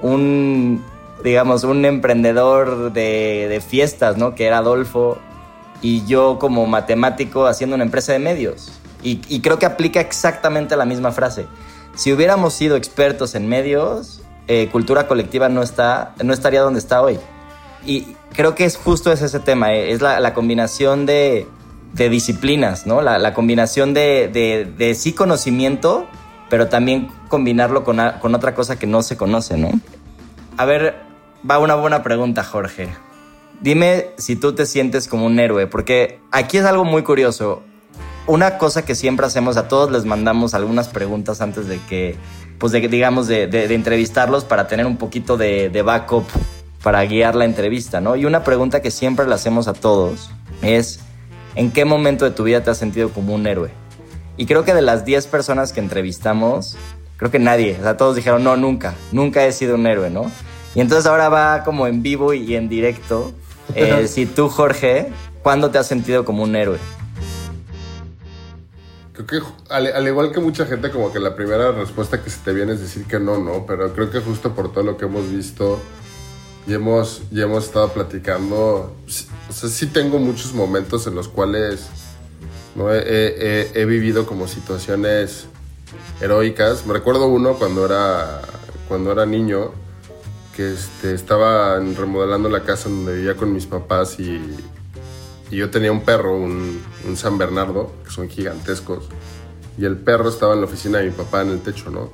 un, digamos, un emprendedor de, de fiestas, ¿no?, que era Adolfo, y yo como matemático haciendo una empresa de medios? Y, y creo que aplica exactamente la misma frase. Si hubiéramos sido expertos en medios, eh, cultura colectiva no, está, no estaría donde está hoy. Y creo que es justo ese, ese tema, eh, es la, la combinación de, de disciplinas, ¿no? La, la combinación de, de, de sí conocimiento, pero también combinarlo con, a, con otra cosa que no se conoce, ¿no? A ver, va una buena pregunta, Jorge. Dime si tú te sientes como un héroe, porque aquí es algo muy curioso. Una cosa que siempre hacemos, a todos les mandamos algunas preguntas antes de que, pues de, digamos, de, de, de entrevistarlos para tener un poquito de, de backup para guiar la entrevista, ¿no? Y una pregunta que siempre le hacemos a todos es: ¿en qué momento de tu vida te has sentido como un héroe? Y creo que de las diez personas que entrevistamos, creo que nadie, o sea, todos dijeron: no, nunca, nunca he sido un héroe, ¿no? Y entonces ahora va como en vivo y en directo. Eh, si tú, Jorge, ¿cuándo te has sentido como un héroe? Creo que al, al igual que mucha gente, como que la primera respuesta que se te viene es decir que no, no, pero creo que justo por todo lo que hemos visto y hemos, y hemos estado platicando, o sea, sí tengo muchos momentos en los cuales no he, he, he vivido como situaciones heroicas. Me recuerdo uno cuando era, cuando era niño, que este, estaba remodelando la casa donde vivía con mis papás y... Y yo tenía un perro, un, un San Bernardo, que son gigantescos. Y el perro estaba en la oficina de mi papá en el techo, ¿no?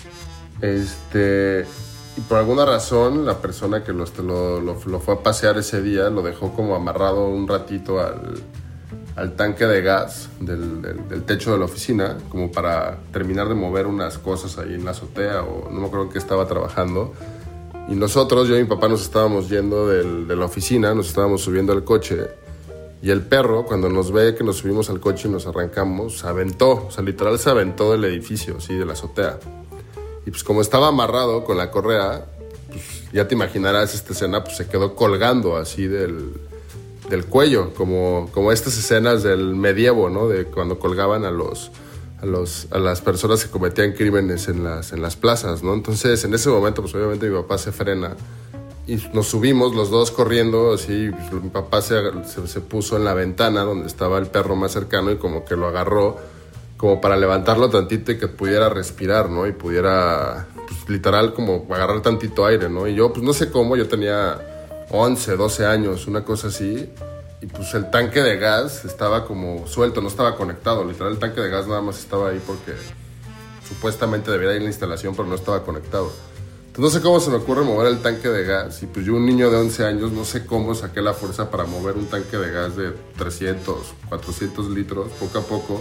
Este... Y por alguna razón, la persona que lo, lo, lo, lo fue a pasear ese día lo dejó como amarrado un ratito al, al tanque de gas del, del, del techo de la oficina, como para terminar de mover unas cosas ahí en la azotea, o no me acuerdo en qué estaba trabajando. Y nosotros, yo y mi papá, nos estábamos yendo del, de la oficina, nos estábamos subiendo al coche. Y el perro, cuando nos ve que nos subimos al coche y nos arrancamos, se aventó, o sea, literal se aventó del edificio, así, de la azotea. Y pues como estaba amarrado con la correa, pues ya te imaginarás esta escena, pues se quedó colgando así del, del cuello, como, como estas escenas del medievo, ¿no? De cuando colgaban a los, a los, a las personas que cometían crímenes en las, en las plazas, ¿no? Entonces, en ese momento, pues obviamente mi papá se frena. Y nos subimos los dos corriendo, así, mi papá se, se, se puso en la ventana donde estaba el perro más cercano y como que lo agarró como para levantarlo tantito y que pudiera respirar, ¿no? Y pudiera, pues, literal, como agarrar tantito aire, ¿no? Y yo, pues no sé cómo, yo tenía once, doce años, una cosa así, y pues el tanque de gas estaba como suelto, no estaba conectado, literal el tanque de gas nada más estaba ahí porque supuestamente debería ir en la instalación, pero no estaba conectado. No sé cómo se me ocurre mover el tanque de gas y pues yo, un niño de once años, no sé cómo saqué la fuerza para mover un tanque de gas de trescientos, cuatrocientos litros, poco a poco,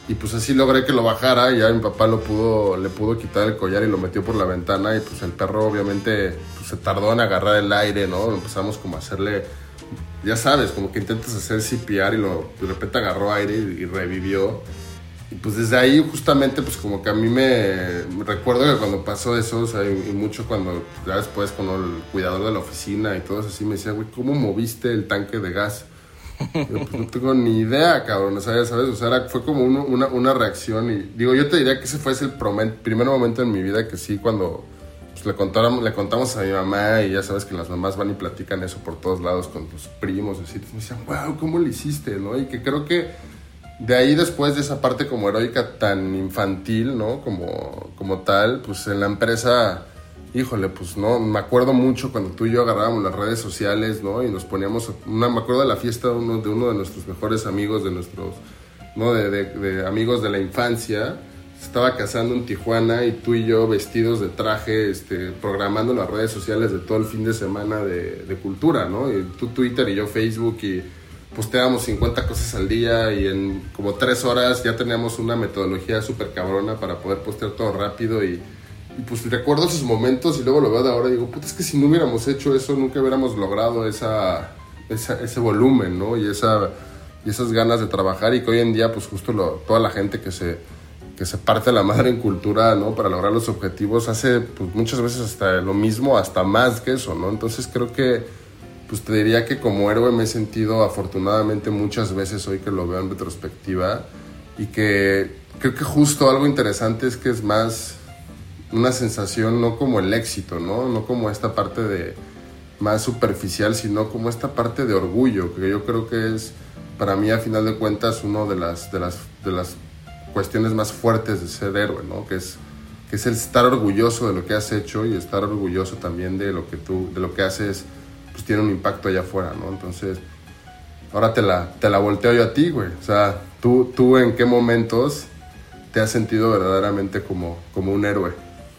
Y pues así logré que lo bajara y ya mi papá lo pudo, le pudo quitar el collar y lo metió por la ventana y pues el perro obviamente pues, se tardó en agarrar el aire, ¿no? Empezamos como a hacerle, ya sabes, como que intentas hacer C P R y lo, de repente agarró aire y, y revivió. Y pues desde ahí justamente pues como que a mí me, me recuerdo que cuando pasó eso, o sea, y, y mucho cuando ya después con el cuidador de la oficina y todo eso así me decía, güey, ¿cómo moviste el tanque de gas? Yo, pues no tengo ni idea, cabrón, o sea, ya sabes, o sea, era, fue como uno, una, una reacción y digo, yo te diría que ese fue ese el promen, primer momento en mi vida que sí, cuando pues, le, contáramos, le contamos a mi mamá y ya sabes que las mamás van y platican eso por todos lados con tus primos, así, me decían, wow, ¿cómo lo hiciste, no? Y que creo que de ahí después de esa parte como heroica tan infantil, ¿no? Como, como tal, pues en la empresa, híjole, pues no, me acuerdo mucho cuando tú y yo agarrábamos las redes sociales, ¿no? Y nos poníamos, una, me acuerdo de la fiesta de uno de, uno de nuestros mejores amigos, de nuestros, ¿no? De, de, de amigos de la infancia, se estaba casando en Tijuana y tú y yo vestidos de traje, este, programando las redes sociales de todo el fin de semana de, de cultura, ¿no? Y tú Twitter y yo Facebook y posteábamos cincuenta cosas al día y en como tres horas ya teníamos una metodología súper cabrona para poder postear todo rápido y, y pues recuerdo esos momentos y luego lo veo de ahora y digo, puta, es que si no hubiéramos hecho eso nunca hubiéramos logrado esa, esa, ese volumen, ¿no? Y, esa, y esas ganas de trabajar y que hoy en día pues justo lo, toda la gente que se, que se parte la madre en cultura, ¿no? Para lograr los objetivos hace pues muchas veces hasta lo mismo, hasta más que eso, ¿no? Entonces creo que pues te diría que como héroe me he sentido afortunadamente muchas veces hoy que lo veo en retrospectiva y que creo que justo algo interesante es que es más una sensación no como el éxito, ¿no? No como esta parte de más superficial, sino como esta parte de orgullo, que yo creo que es para mí a final de cuentas una de las, de las, de las cuestiones más fuertes de ser héroe, ¿no? Que es, que es el estar orgulloso de lo que has hecho y estar orgulloso también de lo que tú, de lo que haces, pues tiene un impacto allá afuera, ¿no? Entonces, ahora te la, te la volteo yo a ti, güey. O sea, ¿tú, tú en qué momentos te has sentido verdaderamente como, como un héroe?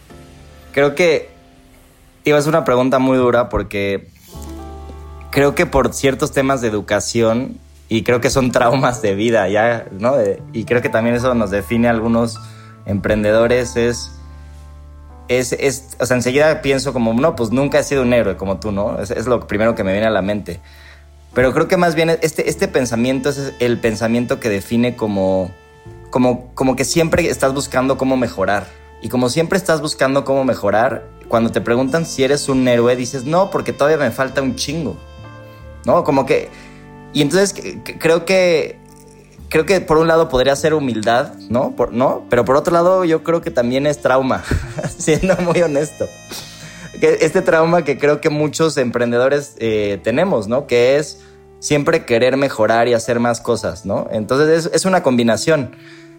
Creo que iba a ser una pregunta muy dura porque creo que por ciertos temas de educación y creo que son traumas de vida ya, ¿no? Y creo que también eso nos define a algunos emprendedores es... Es, es, o sea, enseguida pienso como, no, pues nunca he sido un héroe como tú, ¿no? Es, es lo primero que me viene a la mente. Pero creo que más bien este, este pensamiento es el pensamiento que define como, como, como que siempre estás buscando cómo mejorar. Y como siempre estás buscando cómo mejorar, cuando te preguntan si eres un héroe, dices, no, porque todavía me falta un chingo, ¿no? Como que... Y entonces creo que... Creo que por un lado podría ser humildad, ¿no? Por, ¿no? Pero por otro lado yo creo que también es trauma, siendo muy honesto. Este trauma que creo que muchos emprendedores eh, tenemos, ¿no? Que es siempre querer mejorar y hacer más cosas, ¿no? Entonces es, es una combinación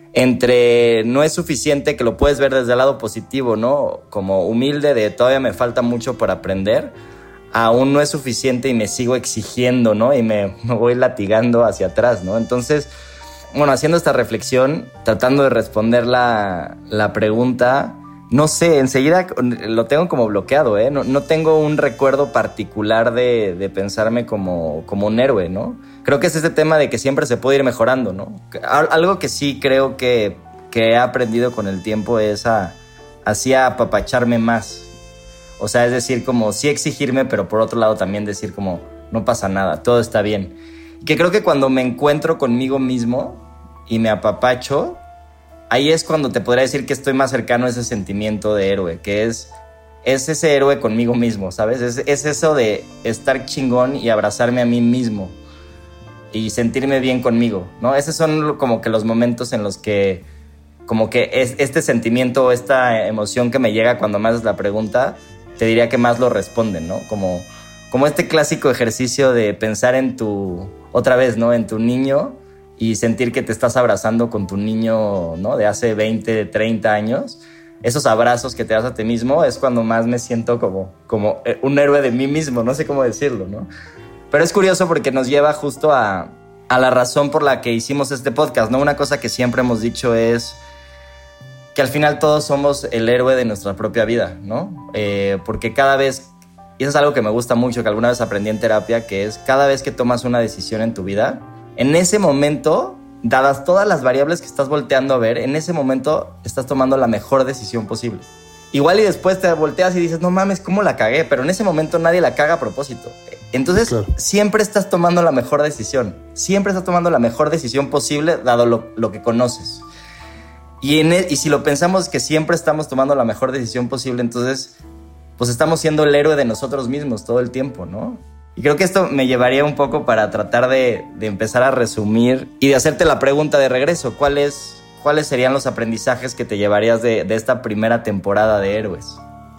entre no es suficiente, que lo puedes ver desde el lado positivo, ¿no? Como humilde de todavía me falta mucho por aprender, aún no es suficiente y me sigo exigiendo, ¿no? Y me, me voy latigando hacia atrás, ¿no? Entonces... Bueno, haciendo esta reflexión, tratando de responder la, la pregunta, no sé, enseguida lo tengo como bloqueado, ¿eh? No, no tengo un recuerdo particular de, de pensarme como, como un héroe, ¿no? Creo que es este tema de que siempre se puede ir mejorando, ¿no? Algo que sí creo que, que he aprendido con el tiempo es a, así a apapacharme más. O sea, es decir, como sí exigirme, pero por otro lado también decir como no pasa nada, todo está bien. Que creo que cuando me encuentro conmigo mismo y me apapacho, ahí es cuando te podría decir que estoy más cercano a ese sentimiento de héroe, que es, es ese héroe conmigo mismo, ¿sabes? Es, es eso de estar chingón y abrazarme a mí mismo y sentirme bien conmigo, ¿no? Esos son como que los momentos en los que como que es, este sentimiento o esta emoción que me llega cuando me haces la pregunta, te diría que más lo responden, ¿no? Como, como este clásico ejercicio de pensar en tu... otra vez, ¿no? En tu niño y sentir que te estás abrazando con tu niño, ¿no? De hace veinte, treinta años. Esos abrazos que te das a ti mismo es cuando más me siento como, como un héroe de mí mismo, no sé cómo decirlo, ¿no? Pero es curioso porque nos lleva justo a, a la razón por la que hicimos este podcast, ¿no? Una cosa que siempre hemos dicho es que al final todos somos el héroe de nuestra propia vida, ¿no? Eh, porque cada vez... Y eso es algo que me gusta mucho, que alguna vez aprendí en terapia, que es cada vez que tomas una decisión en tu vida, en ese momento dadas todas las variables que estás volteando a ver, en ese momento estás tomando la mejor decisión posible. Igual y después te volteas y dices, no mames, ¿cómo la cagué? Pero en ese momento nadie la caga a propósito. Entonces, claro, siempre estás tomando la mejor decisión. Siempre estás tomando la mejor decisión posible dado lo, lo que conoces. Y, en el, y si lo pensamos que siempre estamos tomando la mejor decisión posible, entonces pues estamos siendo el héroe de nosotros mismos todo el tiempo, ¿no? Y creo que esto me llevaría un poco para tratar de, de empezar a resumir y de hacerte la pregunta de regreso. ¿Cuál es, ¿Cuáles serían los aprendizajes que te llevarías de, de esta primera temporada de Héroes?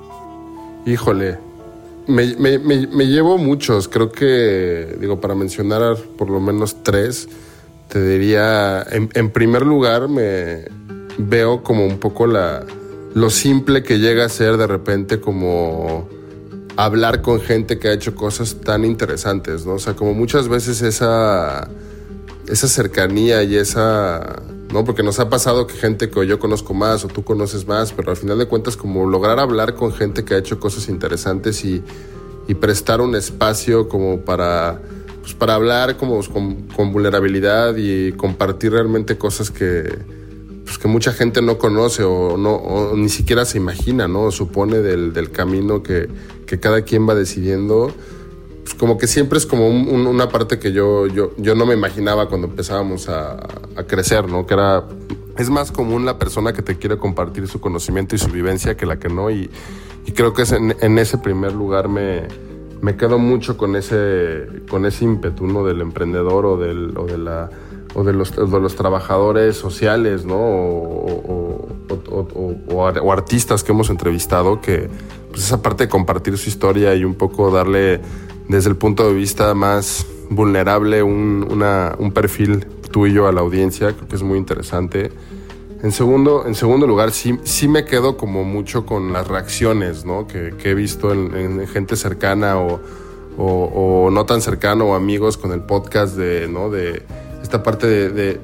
Híjole, me, me, me, me llevo muchos. Creo que, digo, para mencionar por lo menos tres, te diría, en, en primer lugar, me veo como un poco la, lo simple que llega a ser de repente como hablar con gente que ha hecho cosas tan interesantes, ¿no? O sea, como muchas veces esa, esa cercanía y esa, ¿no? Porque nos ha pasado que gente que yo conozco más o tú conoces más, pero al final de cuentas como lograr hablar con gente que ha hecho cosas interesantes y, y prestar un espacio como para, pues para hablar como con, con vulnerabilidad y compartir realmente cosas que, pues que mucha gente no conoce o, no, o ni siquiera se imagina, ¿no? O supone del, del camino que, que cada quien va decidiendo. Pues como que siempre es como un, un, una parte que yo, yo, yo no me imaginaba cuando empezábamos a, a crecer, ¿no? Que era, es más común la persona que te quiere compartir su conocimiento y su vivencia que la que no. Y, y creo que es en, en ese primer lugar me, me quedo mucho con ese, con ese ímpetu, ¿no? Del emprendedor o, del, o de la... o de los, de los trabajadores sociales, ¿no? O, o, o, o, o, o artistas que hemos entrevistado, que pues esa parte de compartir su historia y un poco darle desde el punto de vista más vulnerable un, una, un perfil tuyo a la audiencia, creo que es muy interesante. En segundo, en segundo lugar, sí, sí me quedo como mucho con las reacciones, ¿no? Que, que he visto en, en gente cercana o, o, o no tan cercano o amigos con el podcast de, ¿no? De esta parte de, de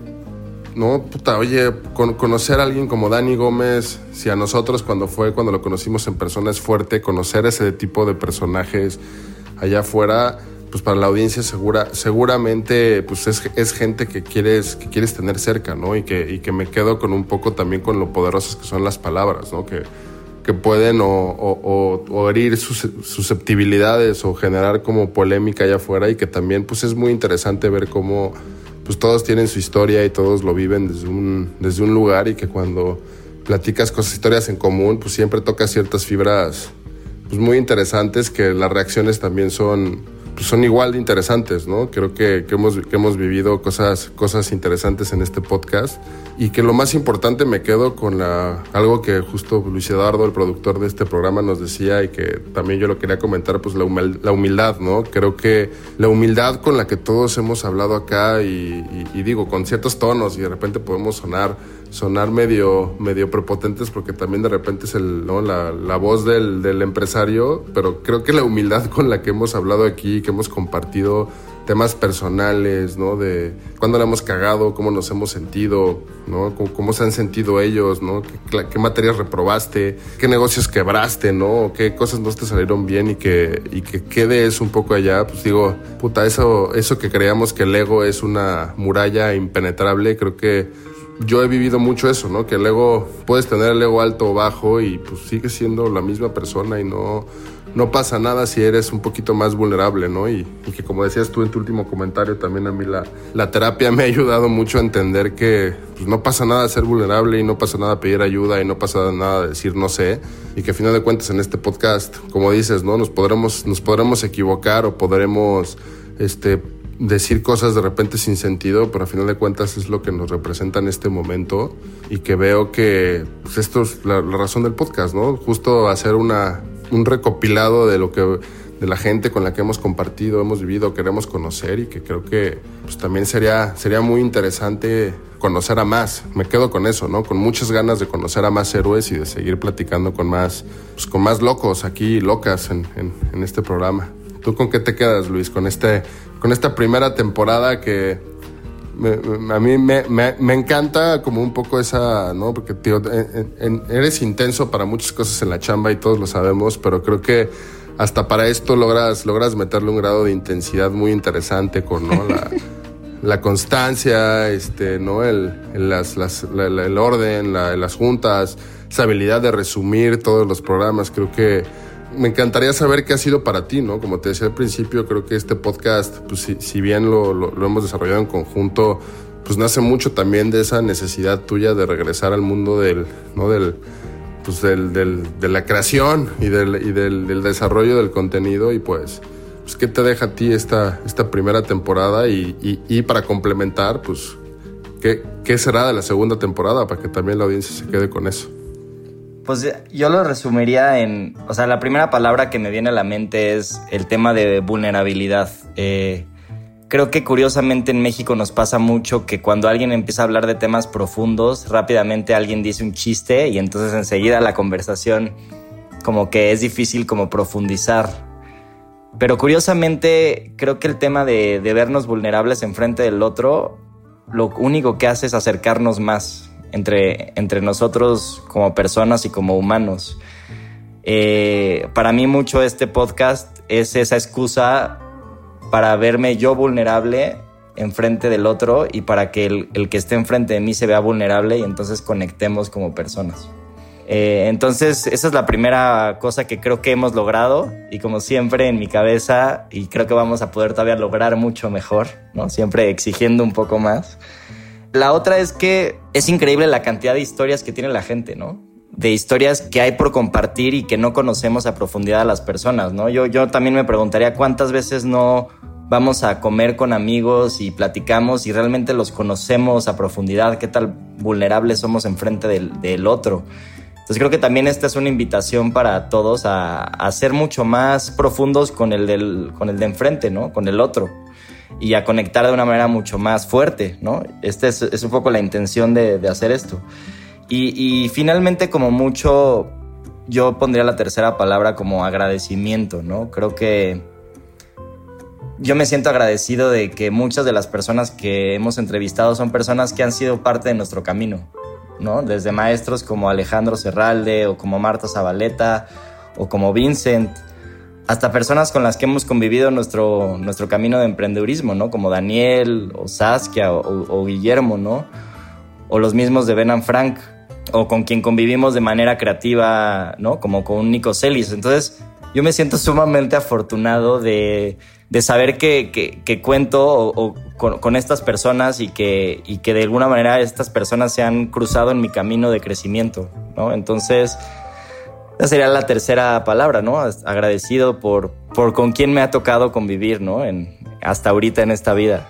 no, puta, oye, con, conocer a alguien como Dani Gómez, si a nosotros cuando fue, cuando lo conocimos en persona es fuerte, conocer ese tipo de personajes allá afuera, pues para la audiencia segura, seguramente pues es, es gente que quieres, que quieres tener cerca, ¿no? Y que, y que me quedo con un poco también con lo poderosas que son las palabras, ¿no? Que, que pueden o, o, o, o herir sus susceptibilidades o generar como polémica allá afuera, y que también pues es muy interesante ver cómo pues todos tienen su historia y todos lo viven desde un, desde un lugar, y que cuando platicas cosas, historias en común, pues siempre tocas ciertas fibras pues muy interesantes, que las reacciones también son, pues son igual de interesantes, ¿no? Creo que, que, hemos, que hemos vivido cosas, cosas interesantes en este podcast, y que lo más importante me quedo con la, algo que justo Luis Eduardo, el productor de este programa, nos decía, y que también yo lo quería comentar, pues la, humil, la humildad, ¿no? Creo que la humildad con la que todos hemos hablado acá, y, y, y digo, con ciertos tonos, y de repente podemos sonar sonar medio, medio prepotentes, porque también de repente es el, ¿no? la, la voz del, del empresario, pero creo que la humildad con la que hemos hablado aquí, que hemos compartido temas personales, ¿no? De cuándo la hemos cagado, cómo nos hemos sentido, ¿no? Cómo, cómo se han sentido ellos, ¿no? ¿Qué, qué materias reprobaste? ¿Qué negocios quebraste, ¿no? ¿Qué cosas no te salieron bien y que, y que quede eso un poco allá? Pues digo, puta, eso, eso que creíamos que el ego es una muralla impenetrable, creo que yo he vivido mucho eso, ¿no? Que el ego, puedes tener el ego alto o bajo y pues sigues siendo la misma persona, y no, no pasa nada si eres un poquito más vulnerable, ¿no? Y, y que, como decías tú en tu último comentario, también a mí la, la terapia me ha ayudado mucho a entender que pues, no pasa nada ser vulnerable, y no pasa nada pedir ayuda, y no pasa nada decir no sé, y que a final de cuentas en este podcast, como dices, ¿no? Nos podremos, nos podremos equivocar o podremos, este... decir cosas de repente sin sentido, pero a final de cuentas es lo que nos representa en este momento, y que veo que pues esto es la, la razón del podcast, ¿no? Justo hacer una, un recopilado de lo que, de la gente con la que hemos compartido, hemos vivido, queremos conocer, y que creo que pues también sería, sería muy interesante conocer a más. Me quedo con eso, ¿no? Con muchas ganas de conocer a más héroes y de seguir platicando con más, pues con más locos aquí, locas en, en, en este programa. ¿Tú con qué te quedas, Luis, con este, con esta primera temporada que me, me, a mí me, me, me encanta como un poco esa, ¿no? Porque, tío, en, en, eres intenso para muchas cosas en la chamba y todos lo sabemos, pero creo que hasta para esto logras, logras meterle un grado de intensidad muy interesante con, ¿no? La, la constancia, este, ¿no? El, el, las, las, la, la, el orden, la, las juntas, esa habilidad de resumir todos los programas. Creo que me encantaría saber qué ha sido para ti, ¿no? Como te decía al principio, creo que este podcast, pues si, si bien lo, lo, lo hemos desarrollado en conjunto, pues nace mucho también de esa necesidad tuya de regresar al mundo del, ¿no? Del, pues del, del, de la creación y del, y del, del desarrollo del contenido. Y pues, pues ¿qué te deja a ti esta, esta primera temporada? Y, y, y para complementar, pues, ¿qué, ¿qué será de la segunda temporada? Para que también la audiencia se quede con eso. Pues yo lo resumiría en... O sea, la primera palabra que me viene a la mente es el tema de vulnerabilidad. Eh, creo que curiosamente en México nos pasa mucho que cuando alguien empieza a hablar de temas profundos, rápidamente alguien dice un chiste y entonces enseguida la conversación como que es difícil como profundizar. Pero curiosamente creo que el tema de, de vernos vulnerables enfrente del otro, lo único que hace es acercarnos más entre, entre nosotros como personas y como humanos. Eh, para mí mucho este podcast es esa excusa para verme yo vulnerable enfrente del otro y para que el, el que esté enfrente de mí se vea vulnerable y entonces conectemos como personas. Eh, entonces esa es la primera cosa que creo que hemos logrado y como siempre en mi cabeza, y creo que vamos a poder todavía lograr mucho mejor, ¿no? Siempre exigiendo un poco más. La otra es que es increíble la cantidad de historias que tiene la gente, ¿no? De historias que hay por compartir y que no conocemos a profundidad a las personas, ¿no? Yo, yo también me preguntaría cuántas veces no vamos a comer con amigos y platicamos y realmente los conocemos a profundidad, qué tal vulnerables somos enfrente del, del otro. Entonces creo que también esta es una invitación para todos a, a ser mucho más profundos con el, del, con el de enfrente, ¿no? Con el otro. Y a conectar de una manera mucho más fuerte, ¿no? Esta es, es un poco la intención de, de hacer esto. Y, y finalmente, como mucho, yo pondría la tercera palabra como agradecimiento, ¿no? Creo que yo me siento agradecido de que muchas de las personas que hemos entrevistado son personas que han sido parte de nuestro camino, ¿no? Desde maestros como Alejandro Serralde o como Marta Zabaleta o como Vincent, hasta personas con las que hemos convivido nuestro, nuestro camino de emprendedurismo, ¿no? Como Daniel o Saskia o, o, o Guillermo, ¿no? O los mismos de Ben and Frank, o con quien convivimos de manera creativa, ¿no? Como con Nico Celis. Entonces, yo me siento sumamente afortunado de, de saber que, que, que cuento o, o con, con estas personas y que, y que de alguna manera estas personas se han cruzado en mi camino de crecimiento, ¿no? Entonces, esa sería la tercera palabra, ¿no? Agradecido por, por con quién me ha tocado convivir, ¿no? En, hasta ahorita en esta vida.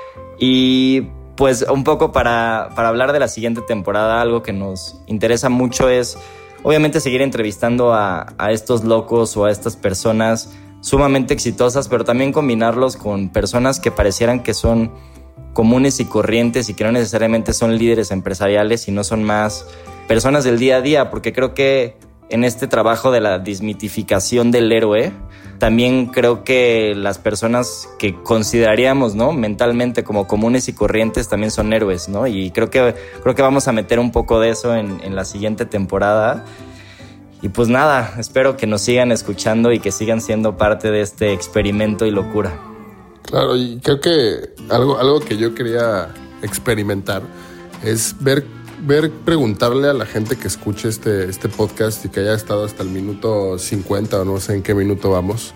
Y pues un poco para, para hablar de la siguiente temporada, algo que nos interesa mucho es obviamente seguir entrevistando a, a estos locos o a estas personas sumamente exitosas, pero también combinarlos con personas que parecieran que son comunes y corrientes y que no necesariamente son líderes empresariales, sino son más personas del día a día, porque creo que en este trabajo de la desmitificación del héroe, también creo que las personas que consideraríamos, ¿no? mentalmente como comunes y corrientes también son héroes, ¿no? Y creo que, creo que vamos a meter un poco de eso en, en la siguiente temporada. Y pues nada, espero que nos sigan escuchando y que sigan siendo parte de este experimento y locura. Claro, y creo que algo, algo que yo quería experimentar es ver ver, preguntarle a la gente que escuche este, este podcast y que haya estado hasta el minuto cincuenta o no sé en qué minuto vamos,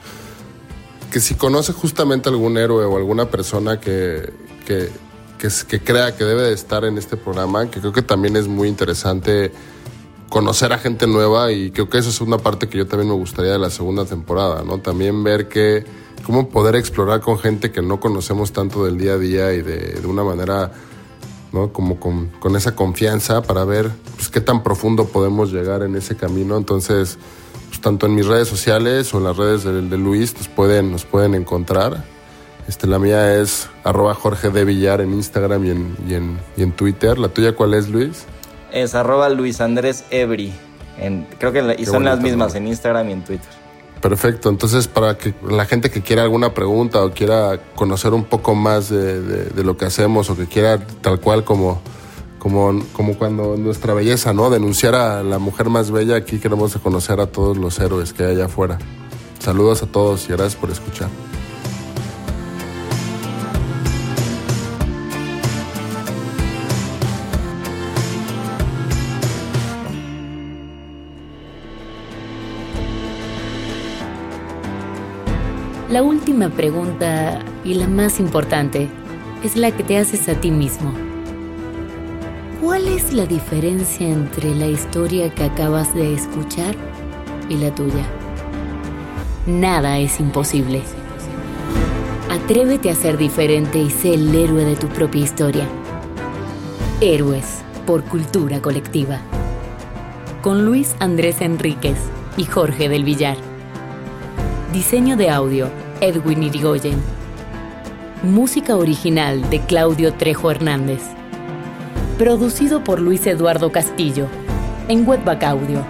que si conoce justamente algún héroe o alguna persona que, que, que, que crea que debe de estar en este programa, que creo que también es muy interesante conocer a gente nueva, y creo que eso es una parte que yo también me gustaría de la segunda temporada, ¿no? También ver que cómo poder explorar con gente que no conocemos tanto del día a día y de, de una manera, ¿no? Como con, con esa confianza para ver pues, qué tan profundo podemos llegar en ese camino. Entonces, pues, tanto en mis redes sociales o en las redes de, de Luis nos pueden, nos pueden encontrar. Este, la mía es arroba Jorge de Villar en Instagram y en, y, en, y en Twitter. ¿La tuya cuál es, Luis? Es arroba Luis Andrés Ebri. En, creo que la, y son las mismas, ¿no? En Instagram y en Twitter. Perfecto, entonces para que la gente que quiera alguna pregunta o quiera conocer un poco más de, de, de lo que hacemos, o que quiera tal cual como, como, como cuando nuestra belleza, ¿no? Denunciar a la mujer más bella, aquí queremos conocer a todos los héroes que hay allá afuera. Saludos a todos y gracias por escuchar. La última pregunta, y la más importante, es la que te haces a ti mismo. ¿Cuál es la diferencia entre la historia que acabas de escuchar y la tuya? Nada es imposible. Atrévete a ser diferente y sé el héroe de tu propia historia. Héroes por Cultura Colectiva. Con Luis Andrés Enríquez y Jorge del Villar. Diseño de audio, Edwin Irigoyen. Música original de Claudio Trejo Hernández. Producido por Luis Eduardo Castillo, en Webback Audio.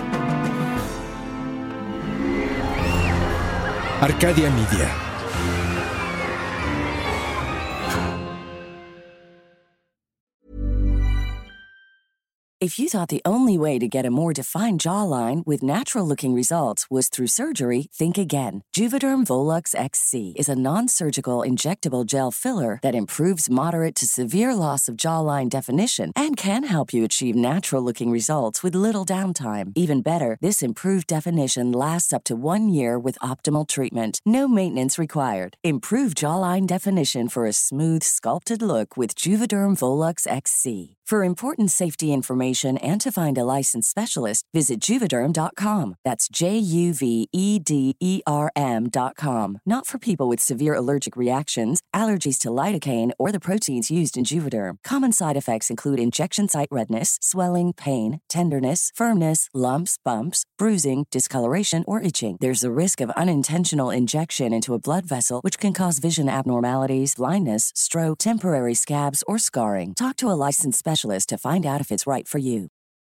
Arcadia Media. If you thought the only way to get a more defined jawline with natural-looking results was through surgery, think again. Juvederm Volux X C is a non-surgical injectable gel filler that improves moderate to severe loss of jawline definition and can help you achieve natural-looking results with little downtime. Even better, this improved definition lasts up to one year with optimal treatment. No maintenance required. Improve jawline definition for a smooth, sculpted look with Juvederm Volux X C. For important safety information and to find a licensed specialist, visit Juvederm dot com. That's J U V E D E R M dot com. Not for people with severe allergic reactions, allergies to lidocaine, or the proteins used in Juvederm. Common side effects include injection site redness, swelling, pain, tenderness, firmness, lumps, bumps, bruising, discoloration, or itching. There's a risk of unintentional injection into a blood vessel, which can cause vision abnormalities, blindness, stroke, temporary scabs, or scarring. Talk to a licensed specialist to find out if it's right for you.